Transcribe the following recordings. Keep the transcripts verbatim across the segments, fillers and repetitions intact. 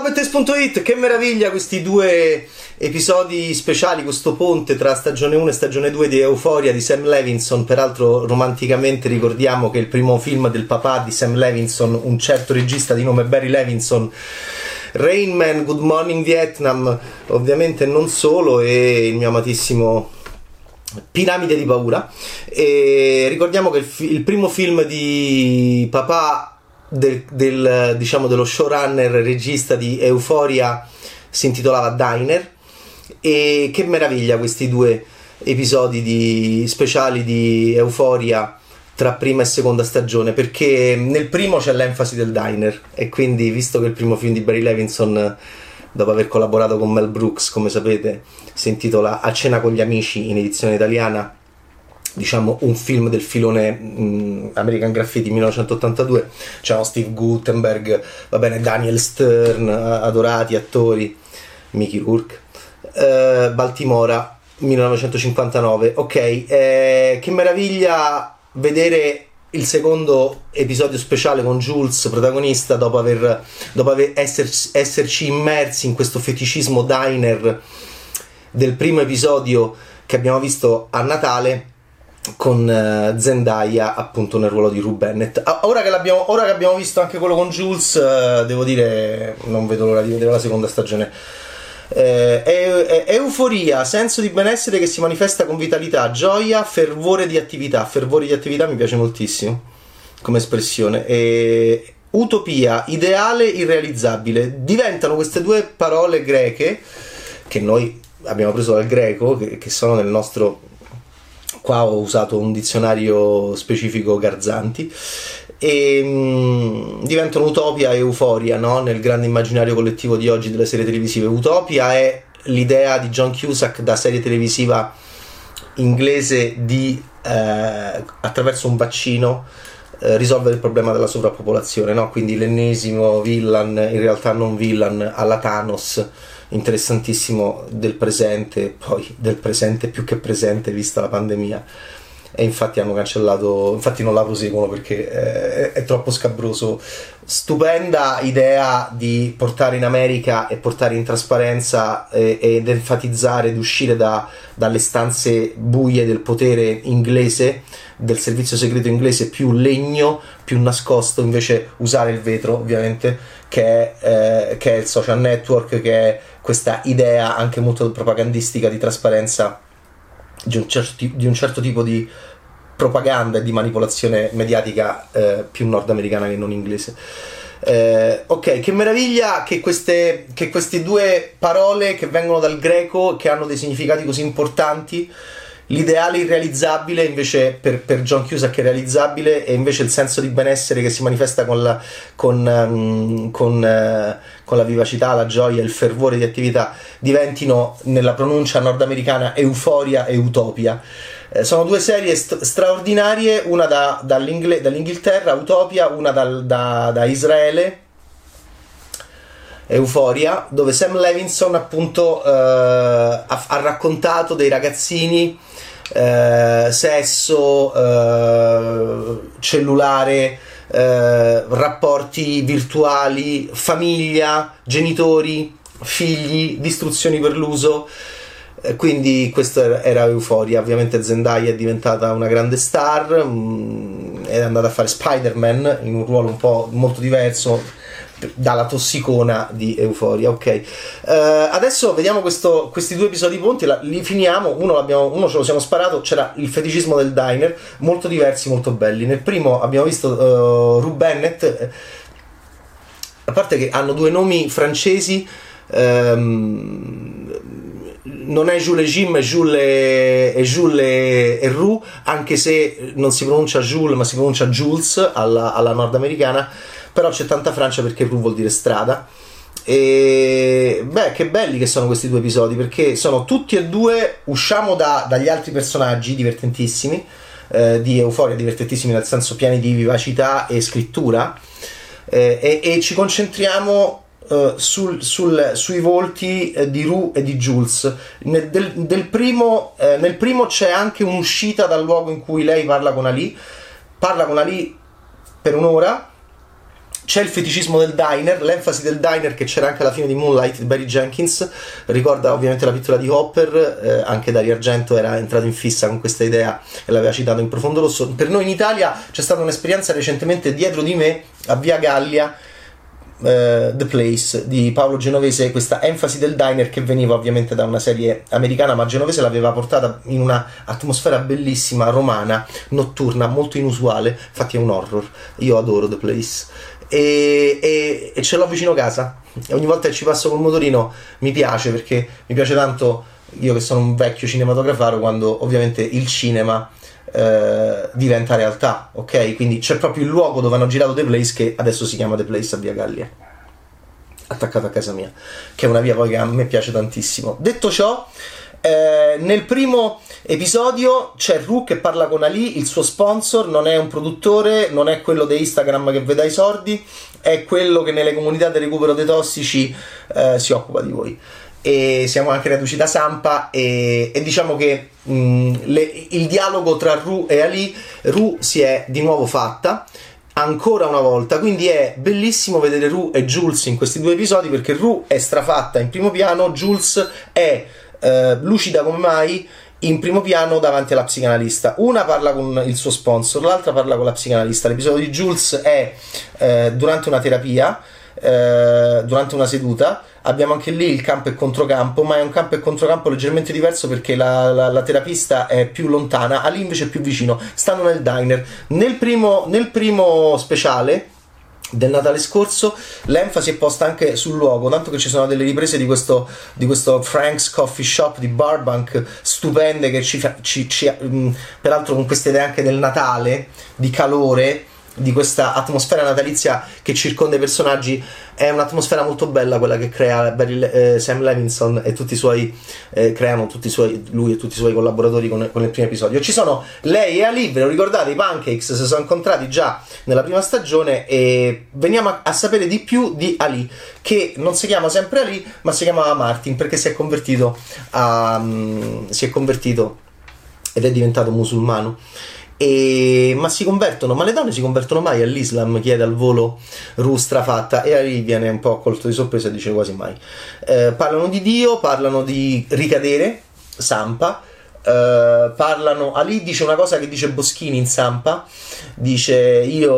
Bettes punto it, che meraviglia questi due episodi speciali, questo ponte tra stagione uno e stagione due di Euphoria di Sam Levinson. Peraltro romanticamente ricordiamo che il primo film del papà di Sam Levinson, un certo regista di nome Barry Levinson, Rain Man, Good Morning Vietnam, ovviamente non solo, e il mio amatissimo Piramide di paura. E ricordiamo che il, fi- il primo film di papà Del, del, diciamo dello showrunner regista di Euphoria si intitolava Diner. E che meraviglia questi due episodi di, speciali di Euphoria tra prima e seconda stagione, perché nel primo c'è l'enfasi del diner, e quindi, visto che il primo film di Barry Levinson, dopo aver collaborato con Mel Brooks, come sapete, si intitola A cena con gli amici in edizione italiana, diciamo un film del filone mh, American Graffiti millenovecentottantadue, c'erano Steve Guttenberg, va bene, Daniel Stern, adorati attori, Mickey Rourke, eh, Baltimora millenovecentocinquantanove. Ok, eh, che meraviglia vedere il secondo episodio speciale con Jules protagonista, dopo aver dopo aver esserci, esserci immersi in questo feticismo diner del primo episodio che abbiamo visto a Natale, con uh, Zendaya appunto nel ruolo di Rue Bennett. Ah, ora, che l'abbiamo, ora che abbiamo visto anche quello con Jules, uh, devo dire, non vedo l'ora di vedere la seconda stagione. Eh, è, è, è euforia, senso di benessere che si manifesta con vitalità, gioia, fervore di attività. Fervore di attività mi piace moltissimo come espressione. E utopia, ideale, irrealizzabile, diventano queste due parole greche che noi abbiamo preso dal greco, che, che sono nel nostro... Qua ho usato un dizionario specifico Garzanti, e mh, diventano utopia e euforia, no? Nel grande immaginario collettivo di oggi delle serie televisive. Utopia è l'idea di John Cusack da serie televisiva inglese di eh, attraverso un vaccino eh, risolvere il problema della sovrappopolazione, no? Quindi l'ennesimo villain, in realtà non villain, alla Thanos, interessantissimo, del presente, poi del presente più che presente vista la pandemia, e infatti hanno cancellato, infatti non la proseguono perché è, è troppo scabroso. Stupenda idea di portare in America e portare in trasparenza eh, ed enfatizzare, ed uscire da, dalle stanze buie del potere inglese, del servizio segreto inglese più legno, più nascosto, invece usare il vetro, ovviamente, che è, eh, che è il social network, che è questa idea anche molto propagandistica di trasparenza di un certo, di un certo tipo di propaganda e di manipolazione mediatica eh, più nordamericana che non inglese. Eh, ok, che meraviglia che queste, che queste due parole che vengono dal greco, che hanno dei significati così importanti, l'ideale irrealizzabile invece per, per John Cusack è realizzabile, e invece il senso di benessere che si manifesta con la, con, um, con, uh, con la vivacità, la gioia, il fervore di attività, diventino nella pronuncia nordamericana euforia e utopia. Eh, sono due serie st- straordinarie, una da, dall'Inghilterra, Utopia, una dal, da, da Israele, Euphoria, dove Sam Levinson appunto eh, ha, ha raccontato dei ragazzini, eh, sesso, eh, cellulare, eh, rapporti virtuali, famiglia, genitori, figli, distruzioni per l'uso. Eh, quindi questo era Euphoria. Ovviamente Zendaya è diventata una grande star, mh, è andata a fare Spider-Man in un ruolo un po' molto diverso dalla tossicona di Euphoria. Ok, uh, adesso vediamo questo, questi due episodi ponti, la, li finiamo. Uno, l'abbiamo, uno ce lo siamo sparato, c'era il feticismo del diner, molto diversi, molto belli. Nel primo abbiamo visto uh, Rue Bennett, eh, a parte che hanno due nomi francesi, um, non è Jules e Jim, è Jules e, è Jules e, e Rue, anche se non si pronuncia Jules ma si pronuncia Jules alla, alla nordamericana. Però c'è tanta Francia perché Rue vuol dire strada. E beh, che belli che sono questi due episodi, perché sono tutti e due, usciamo da, dagli altri personaggi divertentissimi eh, di Euphoria, divertentissimi nel senso pieni di vivacità e scrittura, eh, e, e ci concentriamo eh, sul, sul, sui volti eh, di Rue e di Jules. Nel, del, del primo, eh, nel primo c'è anche un'uscita dal luogo in cui lei parla con Ali, parla con Ali per un'ora, c'è il feticismo del diner, l'enfasi del diner che c'era anche alla fine di Moonlight di Barry Jenkins, ricorda ovviamente la pittura di Hopper, eh, anche Dario Argento era entrato in fissa con questa idea e l'aveva citato in Profondo Rosso. Per noi in Italia c'è stata un'esperienza recentemente dietro di me a Via Gallia, Uh, The Place di Paolo Genovese, questa enfasi del diner che veniva ovviamente da una serie americana, ma Genovese l'aveva portata in una atmosfera bellissima, romana, notturna, molto inusuale, infatti è un horror, io adoro The Place e, e, e ce l'ho vicino casa e ogni volta che ci passo col motorino mi piace, perché mi piace tanto, io che sono un vecchio cinematografaro, quando ovviamente il cinema Eh, diventa realtà, ok? Quindi c'è proprio il luogo dove hanno girato The Place, che adesso si chiama The Place a Via Gallia, attaccato a casa mia, che è una via poi che a me piace tantissimo. Detto ciò, eh, nel primo episodio c'è Ru che parla con Ali, il suo sponsor, non è un produttore, non è quello di Instagram che vede i sordi, è quello che nelle comunità del recupero dei tossici eh, si occupa di voi. E siamo anche reduci da Sampa e, e diciamo che mh, le, il dialogo tra Ru e Ali, Ru si è di nuovo fatta ancora una volta, quindi è bellissimo vedere Ru e Jules in questi due episodi, perché Ru è strafatta in primo piano, Jules è eh, lucida come mai in primo piano davanti alla psicanalista. Una parla con il suo sponsor, l'altra parla con la psicanalista. L'episodio di Jules è eh, durante una terapia, eh, durante una seduta. Abbiamo anche lì il campo e controcampo, ma è un campo e controcampo leggermente diverso, perché la, la, la terapista è più lontana, Ali invece è più vicino, stanno nel diner. Nel primo, nel primo speciale del Natale scorso l'enfasi è posta anche sul luogo, tanto che ci sono delle riprese di questo, di questo Frank's Coffee Shop di Burbank stupende, che ci, ci, ci mh, peraltro con queste idee anche del Natale, di calore, di questa atmosfera natalizia che circonda i personaggi. È un'atmosfera molto bella quella che crea Barry, eh, Sam Levinson e tutti i suoi eh, creano tutti i suoi, lui e tutti i suoi collaboratori con, con il primo episodio. Ci sono lei e Ali, ve lo ricordate, i Pancakes si sono incontrati già nella prima stagione, e veniamo a, a sapere di più di Ali, che non si chiama sempre Ali ma si chiamava Martin, perché si è convertito a, um, si è convertito ed è diventato musulmano. E, ma si convertono, ma le donne si convertono mai all'Islam? Chiede al volo Ru strafatta, e Ali viene un po' colto di sorpresa e dice quasi mai. Eh, parlano di Dio, parlano di ricadere, Sampa, eh, parlano, Ali dice una cosa che dice Boschini in Sampa, dice io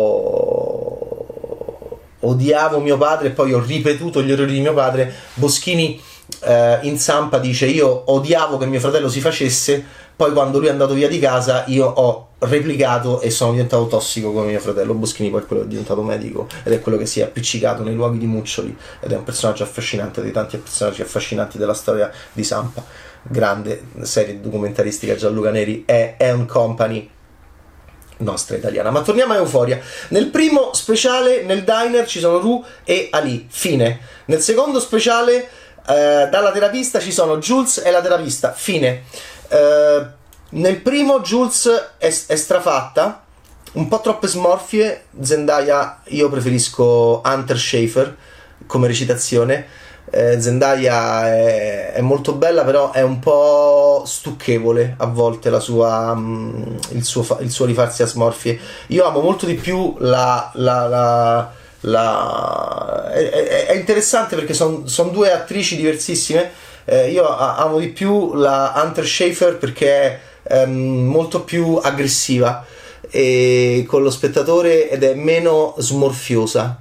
odiavo mio padre e poi ho ripetuto gli errori di mio padre. Boschini eh, in Sampa dice io odiavo che mio fratello si facesse, poi quando lui è andato via di casa io ho replicato e sono diventato tossico come mio fratello. Boschini poi è quello che è diventato medico ed è quello che si è appiccicato nei luoghi di Muccioli ed è un personaggio affascinante, dei tanti personaggi affascinanti della storia di Sampa. Grande serie documentaristica Gianluca Neri, è and Company nostra italiana. Ma torniamo a Euphoria. Nel primo speciale nel diner ci sono Ru e Ali, fine. Nel secondo speciale eh, dalla terapista ci sono Jules e la terapista, fine. Uh, nel primo Jules è, è strafatta, un po' troppe smorfie. Zendaya, io preferisco Hunter Schafer come recitazione. uh, Zendaya è, è molto bella, però è un po' stucchevole a volte la sua, um, il, suo, il suo rifarsi a smorfie. Io amo molto di più la, la, la, la è, è, è interessante perché sono son due attrici diversissime. Eh, io amo di più la Hunter Schafer perché è ehm, molto più aggressiva e con lo spettatore ed è meno smorfiosa.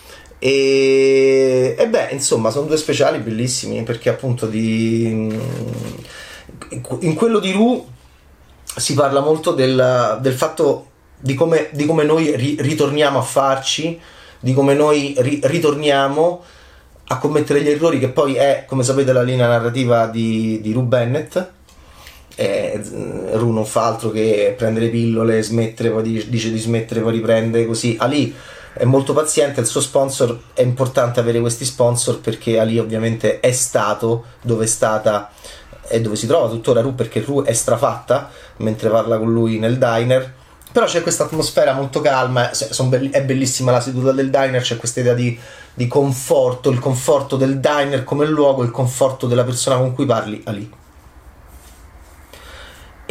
E, e beh, insomma, sono due speciali bellissimi, perché appunto di in quello di Ru si parla molto del, del fatto di come, di come noi ri, ritorniamo a farci, di come noi ri, ritorniamo a commettere gli errori, che poi è, come sapete, la linea narrativa di, di Ru Bennett. Eh, Ru non fa altro che prendere pillole, smettere, poi dice di smettere, poi riprende, così. Ali è molto paziente, il suo sponsor, è importante avere questi sponsor perché Ali ovviamente è stato dove è stata e dove si trova tuttora Ru, perché Ru è strafatta mentre parla con lui nel diner. Però c'è questa atmosfera molto calma, è bellissima la seduta del diner, c'è questa idea di, di conforto, il conforto del diner come luogo, il conforto della persona con cui parli, Ali.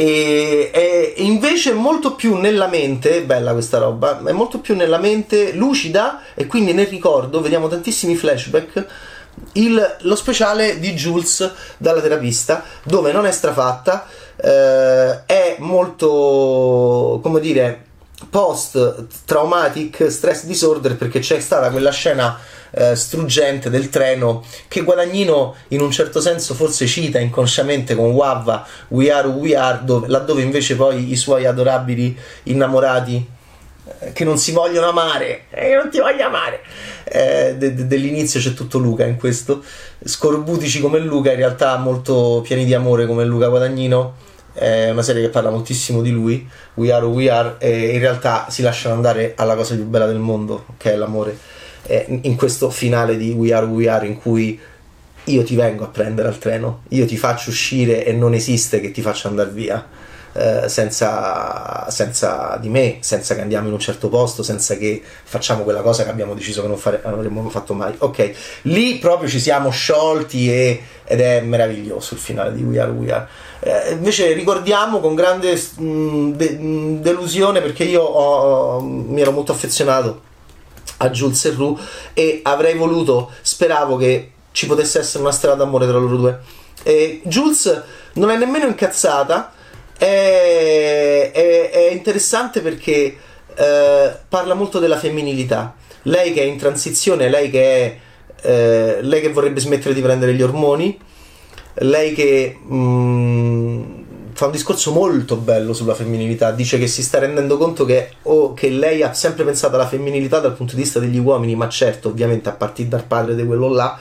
e, e invece molto più nella mente, bella questa roba, è molto più nella mente lucida, e quindi nel ricordo vediamo tantissimi flashback. Il, lo speciale di Jules dalla terapista, dove non è strafatta, eh, è molto, come dire, post traumatic stress disorder, perché c'è stata quella scena eh, struggente del treno che Guadagnino in un certo senso forse cita inconsciamente con Wavva, We Are Who We Are, dove, laddove invece poi i suoi adorabili innamorati eh, che non si vogliono amare, e eh, non ti voglio amare, eh, de- de- dell'inizio c'è tutto Luca in questo, scorbutici come Luca, in realtà molto pieni di amore come Luca Guadagnino. È una serie che parla moltissimo di lui, We Are Who We Are, e in realtà si lasciano andare alla cosa più bella del mondo, che è l'amore, e in questo finale di We Are Who We Are, in cui io ti vengo a prendere al treno, io ti faccio uscire e non esiste che ti faccia andare via eh, senza, senza di me, senza che andiamo in un certo posto, senza che facciamo quella cosa che abbiamo deciso che non, fare, non avremmo fatto mai. Ok, lì proprio ci siamo sciolti e, ed è meraviglioso il finale di We Are Who We Are. Eh, invece ricordiamo con grande mh, de- mh, delusione, perché io ho, mi ero molto affezionato a Jules e Rue e avrei voluto, speravo che ci potesse essere una storia d'amore tra loro due. E Jules non è nemmeno incazzata, è, è, è interessante perché eh, parla molto della femminilità. Lei che è in transizione, lei che è eh, lei che vorrebbe smettere di prendere gli ormoni, lei che mh, fa un discorso molto bello sulla femminilità, dice che si sta rendendo conto che, oh, che lei ha sempre pensato alla femminilità dal punto di vista degli uomini, ma certo ovviamente a partire dal padre di quello là.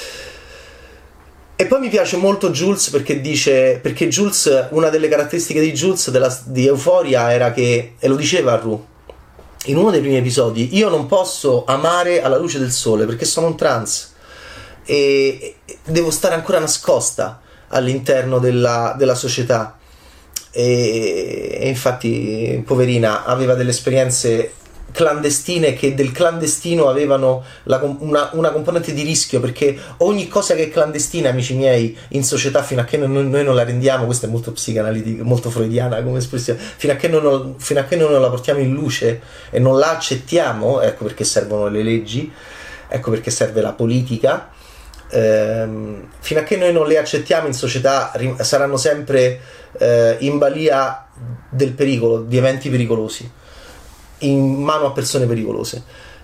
E poi mi piace molto Jules perché dice, perché Jules, una delle caratteristiche di Jules della, di Euphoria era che, e lo diceva a Rue in uno dei primi episodi, io non posso amare alla luce del sole perché sono un trans e devo stare ancora nascosta all'interno della, della società, e, e infatti poverina aveva delle esperienze clandestine che del clandestino avevano la, una, una componente di rischio, perché ogni cosa che è clandestina, amici miei, in società, fino a che noi, noi non la rendiamo, questa è molto psicanalitica, molto freudiana come espressione, fino a che noi non, fino a che noi non la portiamo in luce e non la accettiamo, ecco perché servono le leggi, ecco perché serve la politica. Ehm, fino a che noi non le accettiamo in società rim- saranno sempre eh, in balia del pericolo, di eventi pericolosi, in mano a persone pericolose,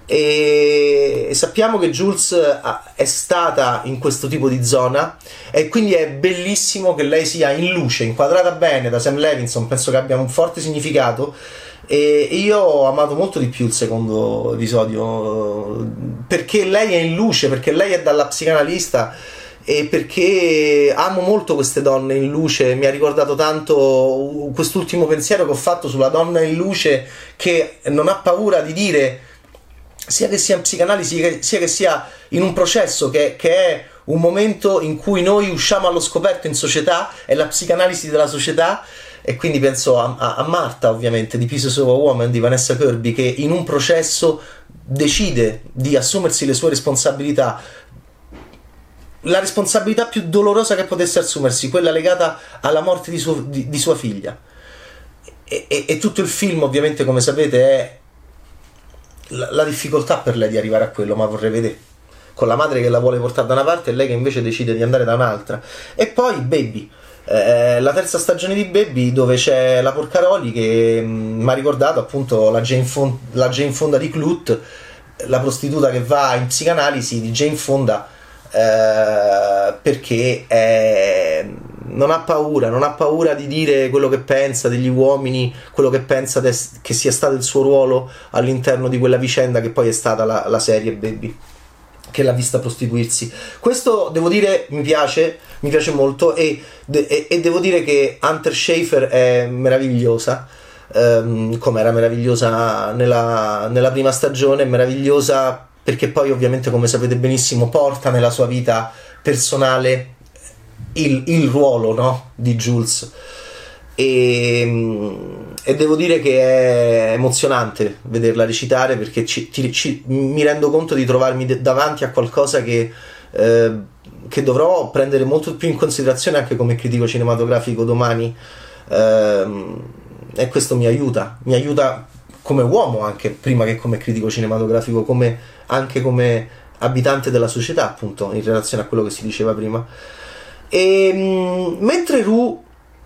e sappiamo che Jules è stata in questo tipo di zona, e quindi è bellissimo che lei sia in luce, inquadrata bene da Sam Levinson. Penso che abbia un forte significato, e io ho amato molto di più il secondo episodio perché lei è in luce, perché lei è dalla psicanalista, e perché amo molto queste donne in luce. Mi ha ricordato tanto quest'ultimo pensiero che ho fatto sulla donna in luce che non ha paura di dire, sia che sia in psicanalisi sia che sia in un processo che, che è un momento in cui noi usciamo allo scoperto in società, è la psicanalisi della società. E quindi penso a, a, a Marta, ovviamente, di Pieces of a Woman di Vanessa Kirby, che in un processo decide di assumersi le sue responsabilità, la responsabilità più dolorosa che potesse assumersi, quella legata alla morte di, suo, di, di sua figlia, e, e, e tutto il film ovviamente, come sapete, è la, la difficoltà per lei di arrivare a quello, ma vorrei vedere, con la madre che la vuole portare da una parte e lei che invece decide di andare da un'altra. E poi Baby, eh, la terza stagione di Baby, dove c'è la Porcaroli che mi ha ricordato appunto la Jane, Fon- la Jane Fonda di Clute, la prostituta che va in psicanalisi di Jane Fonda, eh, perché è, non ha paura, non ha paura di dire quello che pensa degli uomini, quello che pensa des- che sia stato il suo ruolo all'interno di quella vicenda che poi è stata la, la serie Baby, che l'ha vista prostituirsi. Questo, devo dire, mi piace, mi piace molto, e, e, e devo dire che Hunter Schafer è meravigliosa, um, come era meravigliosa nella, nella prima stagione, è meravigliosa perché poi ovviamente, come sapete benissimo, porta nella sua vita personale il, il ruolo, no? Di Jules. E, e devo dire che è emozionante vederla recitare, perché ci, ti, ci, mi rendo conto di trovarmi de- davanti a qualcosa che, eh, che dovrò prendere molto più in considerazione anche come critico cinematografico domani, ehm, e questo mi aiuta, mi aiuta come uomo anche, prima che come critico cinematografico, come, anche come abitante della società, appunto, in relazione a quello che si diceva prima. E mh, mentre Rue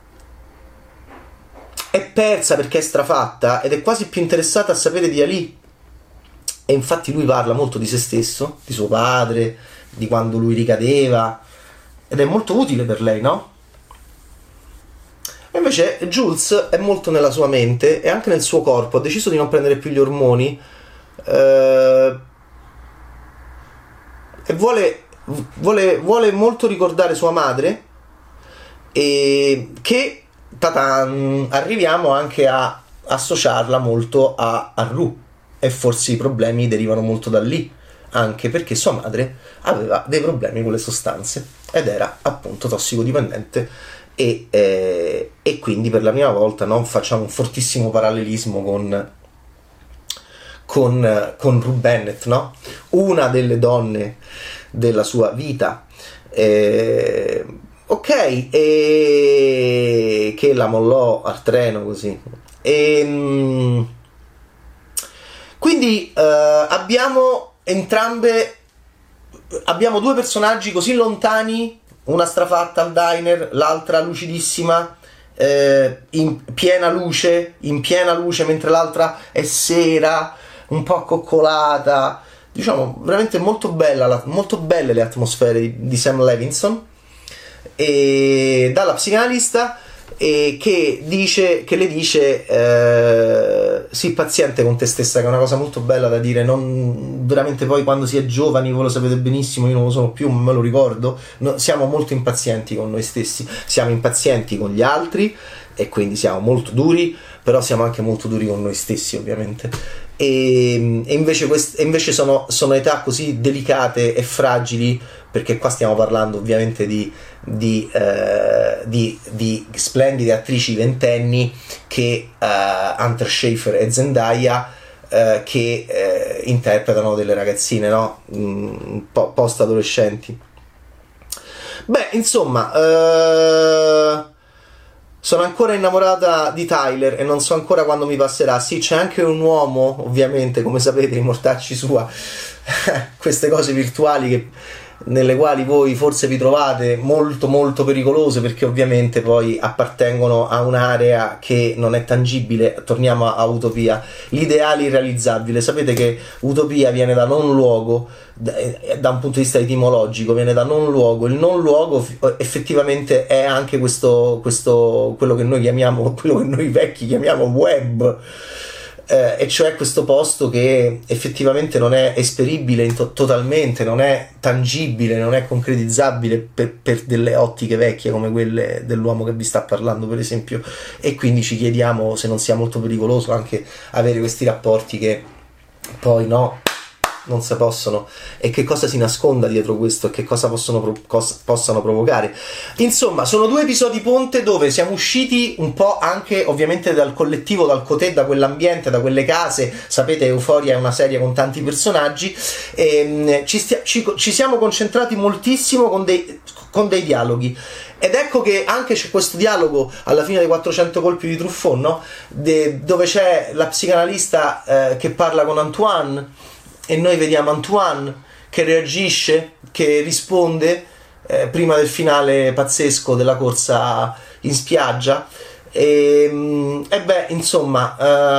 è persa perché è strafatta ed è quasi più interessata a sapere di Ali, e infatti lui parla molto di se stesso, di suo padre, di quando lui ricadeva, ed è molto utile per lei, no? E invece Jules è molto nella sua mente e anche nel suo corpo, ha deciso di non prendere più gli ormoni, eh, e vuole, vuole, vuole molto ricordare sua madre, e che tadan, arriviamo anche a associarla molto a, a Rue, e forse i problemi derivano molto da lì, anche perché sua madre aveva dei problemi con le sostanze ed era appunto tossicodipendente, e, eh, e quindi per la prima volta, no, facciamo un fortissimo parallelismo con con, con Rue Bennett, no? Una delle donne della sua vita, eh, ok, e che la mollò al treno così, e quindi eh, abbiamo entrambe, abbiamo due personaggi così lontani, una strafatta al diner, l'altra lucidissima, eh, in piena luce, in piena luce, mentre l'altra è sera, un po' accoccolata, diciamo veramente molto bella, molto belle le atmosfere di, di Sam Levinson, e dalla psicanalista, e che dice, che le dice eh, sii paziente con te stessa, che è una cosa molto bella da dire, non veramente, poi quando si è giovani, voi lo sapete benissimo, io non lo sono più, ma me lo ricordo, no, siamo molto impazienti con noi stessi, siamo impazienti con gli altri e quindi siamo molto duri, però siamo anche molto duri con noi stessi, ovviamente. E, e invece, quest, invece sono, sono età così delicate e fragili, perché qua stiamo parlando ovviamente di, di, eh, di, di splendide attrici ventenni che uh, Hunter Schafer e Zendaya, uh, che uh, interpretano delle ragazzine, no? Mm, po- post adolescenti. Beh, insomma, uh, sono ancora innamorata di Tyler e non so ancora quando mi passerà. Sì, c'è anche un uomo, ovviamente, come sapete, in mortacci sua, queste cose virtuali che, nelle quali voi forse vi trovate molto molto pericolose, perché ovviamente poi appartengono a un'area che non è tangibile. Torniamo a Utopia, l'ideale irrealizzabile. Sapete che Utopia viene da non luogo, da, da un punto di vista etimologico viene da non luogo. Il non luogo effettivamente è anche questo, questo quello che noi chiamiamo, quello che noi vecchi chiamiamo web, eh, e cioè questo posto che effettivamente non è esperibile in to- totalmente, non è tangibile, non è concretizzabile per, per delle ottiche vecchie come quelle dell'uomo che vi sta parlando, per esempio, e quindi ci chiediamo se non sia molto pericoloso anche avere questi rapporti che poi no, non si possono, e che cosa si nasconda dietro questo e che cosa possono pro- cos- possano provocare. Insomma, sono due episodi ponte dove siamo usciti un po' anche ovviamente dal collettivo, dal cotè, da quell'ambiente, da quelle case. Sapete, Euphoria è una serie con tanti personaggi, e ci, stia- ci, ci siamo concentrati moltissimo con dei, con dei dialoghi. Ed ecco che anche c'è questo dialogo alla fine dei quattrocento colpi di Truffaut, no? De- dove c'è la psicanalista eh, che parla con Antoine, e noi vediamo Antoine che reagisce, che risponde eh, prima del finale pazzesco della corsa in spiaggia, e, e beh, insomma,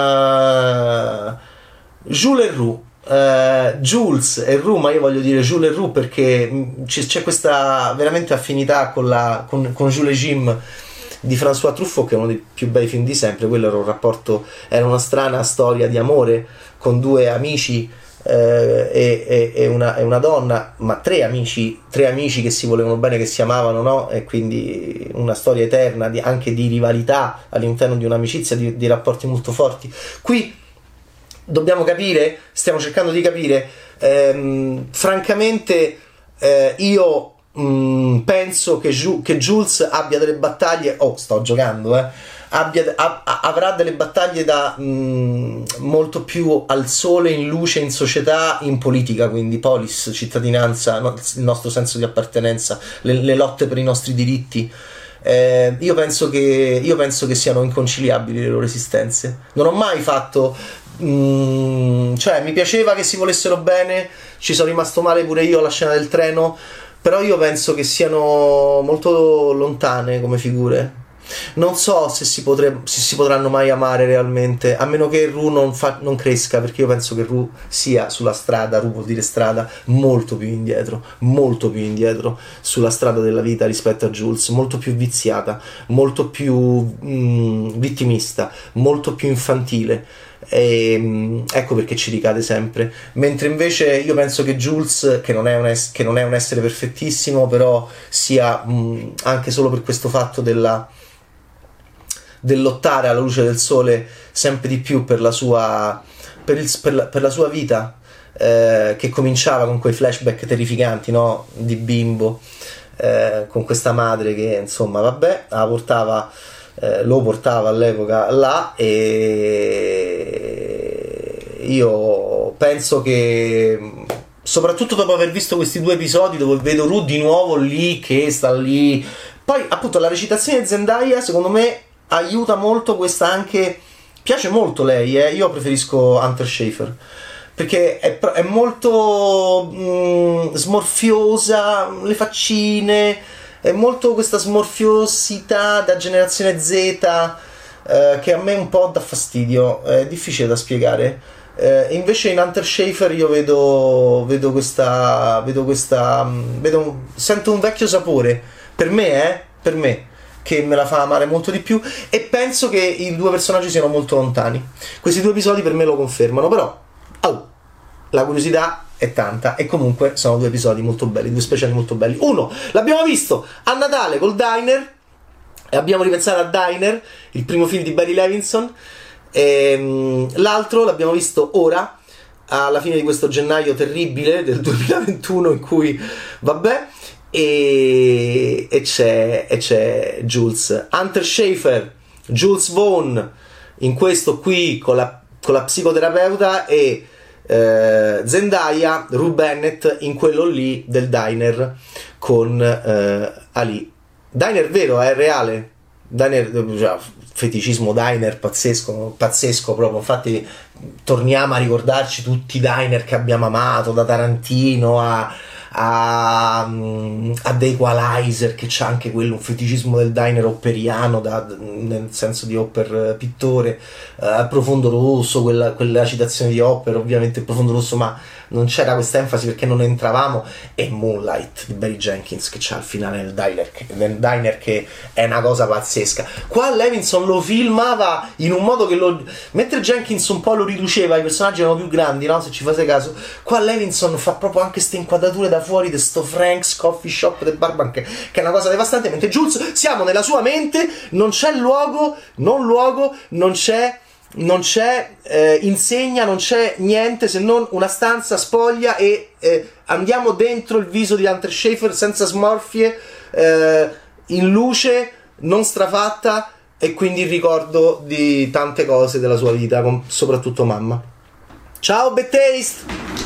uh, Jules e Rue, uh, Jules e Rue, ma io voglio dire Jules e Rue perché c- c'è questa veramente affinità con, la, con, con Jules et Jim di François Truffaut, che è uno dei più bei film di sempre. Quello era un rapporto, era una strana storia di amore con due amici, eh, e, e, e, una, e una donna, ma tre amici, tre amici che si volevano bene, che si amavano, no? E quindi una storia eterna di, anche di rivalità all'interno di un'amicizia, di, di rapporti molto forti. Qui dobbiamo capire, stiamo cercando di capire, ehm, francamente eh, io mh, penso che, Ju- che Jules abbia delle battaglie, oh sto giocando eh Abbia, a, avrà delle battaglie da mh, molto più al sole, in luce, in società, in politica, quindi polis, cittadinanza, no, il nostro senso di appartenenza, le, le lotte per i nostri diritti, Eh, io, penso che, io penso che siano inconciliabili le loro esistenze. Non ho mai fatto... Mm, cioè, mi piaceva che si volessero bene, ci sono rimasto male pure io alla scena del treno, però io penso che siano molto lontane come figure. Non so se si, potre, se si potranno mai amare realmente, a meno che Rue non, fa, non cresca, perché io penso che Rue sia sulla strada, Rue vuol dire strada, molto più indietro, molto più indietro sulla strada della vita rispetto a Jules, molto più viziata, molto più mh, vittimista, molto più infantile. E, ecco perché ci ricade sempre. Mentre invece io penso che Jules, che non è un, es- che non è un essere perfettissimo, però sia mh, anche solo per questo fatto della del lottare alla luce del sole sempre di più per la sua per, il, per, la, per la sua vita, eh, che cominciava con quei flashback terrificanti, no? Di bimbo, eh, con questa madre che insomma vabbè la portava, eh, lo portava all'epoca là, e io penso che soprattutto dopo aver visto questi due episodi dove vedo Rue di nuovo lì che sta lì, poi appunto la recitazione di Zendaya secondo me aiuta molto, questa anche piace molto lei, eh? Io preferisco Hunter Schafer perché è, è molto mh, smorfiosa, le faccine, è molto questa smorfiosità da generazione Z, eh, che a me un po' dà fastidio, è difficile da spiegare. Eh, invece in Hunter Schafer io vedo vedo questa vedo questa vedo un, sento un vecchio sapore per me, eh per me, che me la fa amare molto di più, e penso che i due personaggi siano molto lontani. Questi due episodi per me lo confermano, però oh, la curiosità è tanta, e comunque sono due episodi molto belli, due speciali molto belli. Uno l'abbiamo visto a Natale col Diner e abbiamo ripensato a Diner, il primo film di Barry Levinson, e l'altro l'abbiamo visto ora alla fine di questo gennaio terribile del duemilaventuno, in cui vabbè, e, e, c'è, e c'è Jules Hunter Schafer, Jules Vaughn in questo qui con la, con la psicoterapeuta, e eh, Zendaya, Rue Bennett in quello lì del Diner con eh, Ali. Diner vero, è reale. Diner, cioè, feticismo diner pazzesco, pazzesco proprio. Infatti torniamo a ricordarci tutti i diner che abbiamo amato, da Tarantino a a, a The Equalizer, che c'ha anche quello, un feticismo del diner opperiano, da, nel senso di Hopper pittore, uh, Profondo Rosso, quella, quella citazione di Hopper, ovviamente Profondo Rosso, ma non c'era questa enfasi perché non entravamo, e Moonlight di Barry Jenkins che c'ha al finale nel diner, che, nel diner che è una cosa pazzesca. Qua Levinson lo filmava in un modo che lo, mentre Jenkins un po' lo riduceva, i personaggi erano più grandi, no? Se ci fate caso, qua Levinson fa proprio anche queste inquadrature da fuori di sto Frank's Coffee Shop del Barbank, che è una cosa devastante, mentre Jules siamo nella sua mente, non c'è luogo, non luogo, non c'è non c'è eh, insegna, non c'è niente se non una stanza spoglia, e eh, andiamo dentro il viso di Hunter Schafer senza smorfie, eh, in luce non strafatta, e quindi il ricordo di tante cose della sua vita, con soprattutto mamma. Ciao Bad Taste!